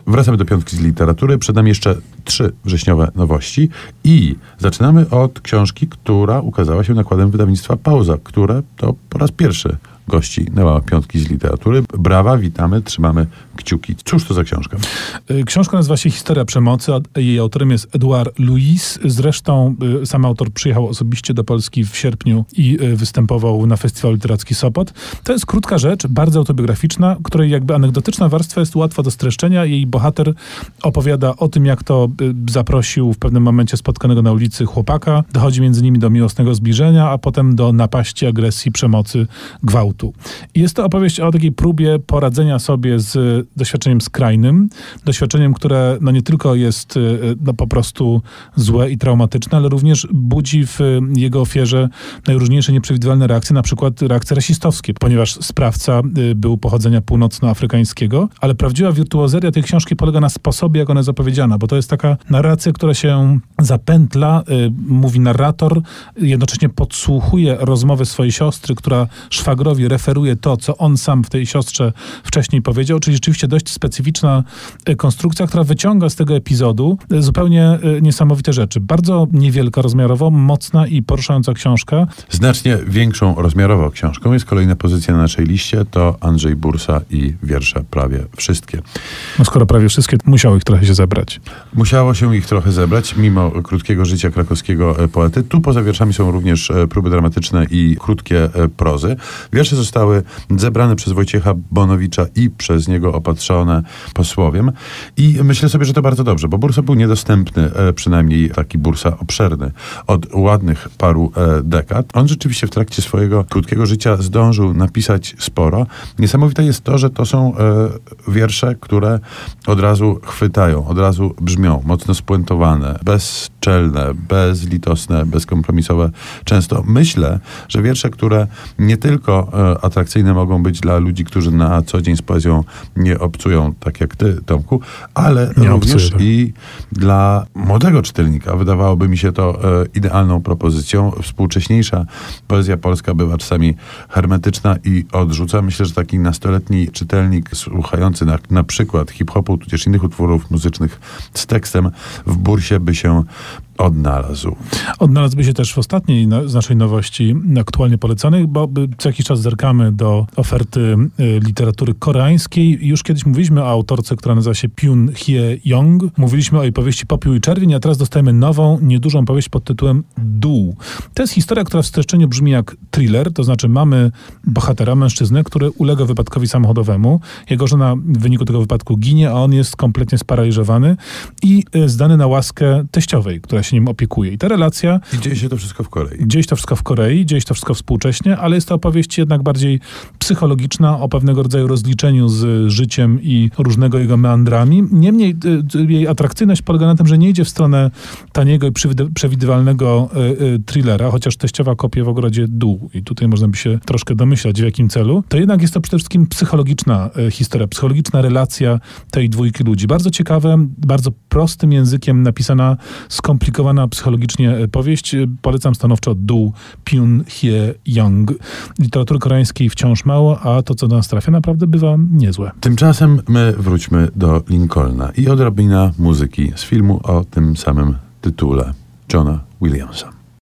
Wracamy do piątki z literatury. Przed nami jeszcze 3 wrześniowe nowości i zaczynamy od książki, która ukazała się nakładem wydawnictwa Pauza, które to po raz pierwszy gości na piątki z literatury. Brawa, witamy, trzymamy kciuki. Cóż to za książka? Książka nazywa się Historia przemocy. Jej autorem jest Edouard Louis. Zresztą sam autor przyjechał osobiście do Polski w sierpniu i występował na Festiwalu Literacki Sopot. To jest krótka rzecz, bardzo autobiograficzna, której jakby anegdotyczna warstwa jest łatwa do streszczenia. Jej bohater opowiada o tym, jak to zaprosił w pewnym momencie spotkanego na ulicy chłopaka. Dochodzi między nimi do miłosnego zbliżenia, a potem do napaści, agresji, przemocy, gwałtu. I jest to opowieść o takiej próbie poradzenia sobie z doświadczeniem skrajnym, doświadczeniem, które nie tylko jest po prostu złe i traumatyczne, ale również budzi w jego ofierze najróżniejsze nieprzewidywalne reakcje, na przykład reakcje rasistowskie, ponieważ sprawca był pochodzenia północnoafrykańskiego, ale prawdziwa wirtuozeria tej książki polega na sposobie, jak ona jest opowiedziana, bo to jest taka narracja, która się zapętla, mówi narrator, jednocześnie podsłuchuje rozmowy swojej siostry, która szwagrowi referuje to, co on sam w tej siostrze wcześniej powiedział, czyli rzeczywiście dość specyficzna konstrukcja, która wyciąga z tego epizodu zupełnie niesamowite rzeczy. Bardzo niewielka rozmiarowo, mocna i poruszająca książka. Znacznie większą rozmiarowo książką jest kolejna pozycja na naszej liście, to Andrzej Bursa i wiersze prawie wszystkie. No skoro prawie wszystkie, musiało ich trochę się zebrać. Musiało się ich trochę zebrać, mimo krótkiego życia krakowskiego poety. Tu poza wierszami są również próby dramatyczne i krótkie prozy. Wiersze zostały zebrane przez Wojciecha Bonowicza i przez niego opatrzone posłowiem. I myślę sobie, że to bardzo dobrze, bo Bursa był niedostępny, przynajmniej taki Bursa obszerny, od ładnych paru dekad. On rzeczywiście w trakcie swojego krótkiego życia zdążył napisać sporo. Niesamowite jest to, że to są wiersze, które od razu chwytają, od razu brzmią, mocno spuentowane, bezczelne, bezlitosne, bezkompromisowe. Często myślę, że wiersze, które nie tylko atrakcyjne mogą być dla ludzi, którzy na co dzień z poezją nie obcują, tak jak ty, Tomku, ale nie również obcuję. i dla młodego czytelnika. Wydawałoby mi się to idealną propozycją. Współcześniejsza poezja polska bywa czasami hermetyczna i odrzuca. Myślę, że taki nastoletni czytelnik słuchający na przykład hip-hopu, tudzież innych utworów muzycznych z tekstem w Bursie by się odnalazł. Odnalazłby się też w ostatniej z naszej nowości aktualnie polecanych, bo co jakiś czas zerkamy do oferty literatury koreańskiej. Już kiedyś mówiliśmy o autorce, która nazywa się Pyun Hye-young. Mówiliśmy o jej powieści Popiół i czerwień, a teraz dostajemy nową, niedużą powieść pod tytułem Dół. To jest historia, która w streszczeniu brzmi jak thriller, to znaczy mamy bohatera, mężczyznę, który ulega wypadkowi samochodowemu. Jego żona w wyniku tego wypadku ginie, a on jest kompletnie sparaliżowany i zdany na łaskę teściowej, która się nim opiekuje. I ta relacja... I dzieje się to wszystko w Korei. Dzieje się to wszystko w Korei, dzieje się to wszystko współcześnie, ale jest to opowieść jednak bardziej psychologiczna, o pewnego rodzaju rozliczeniu z życiem i różnego jego meandrami. Niemniej jej atrakcyjność polega na tym, że nie idzie w stronę taniego i przewidywalnego thrillera, chociaż teściowa kopie w ogrodzie dół. I tutaj można by się troszkę domyślać, w jakim celu. To jednak jest to przede wszystkim psychologiczna historia, psychologiczna relacja tej dwójki ludzi. Bardzo ciekawe, bardzo prostym językiem napisana, skomplikowana psychologicznie powieść. Polecam stanowczo Dół Pyun Hye-young. Literatury koreańskiej wciąż mało, a to, co do nas trafia, naprawdę bywa niezłe. Tymczasem my wróćmy do Lincolna i odrobina muzyki z filmu o tym samym tytule Johna Williamsa.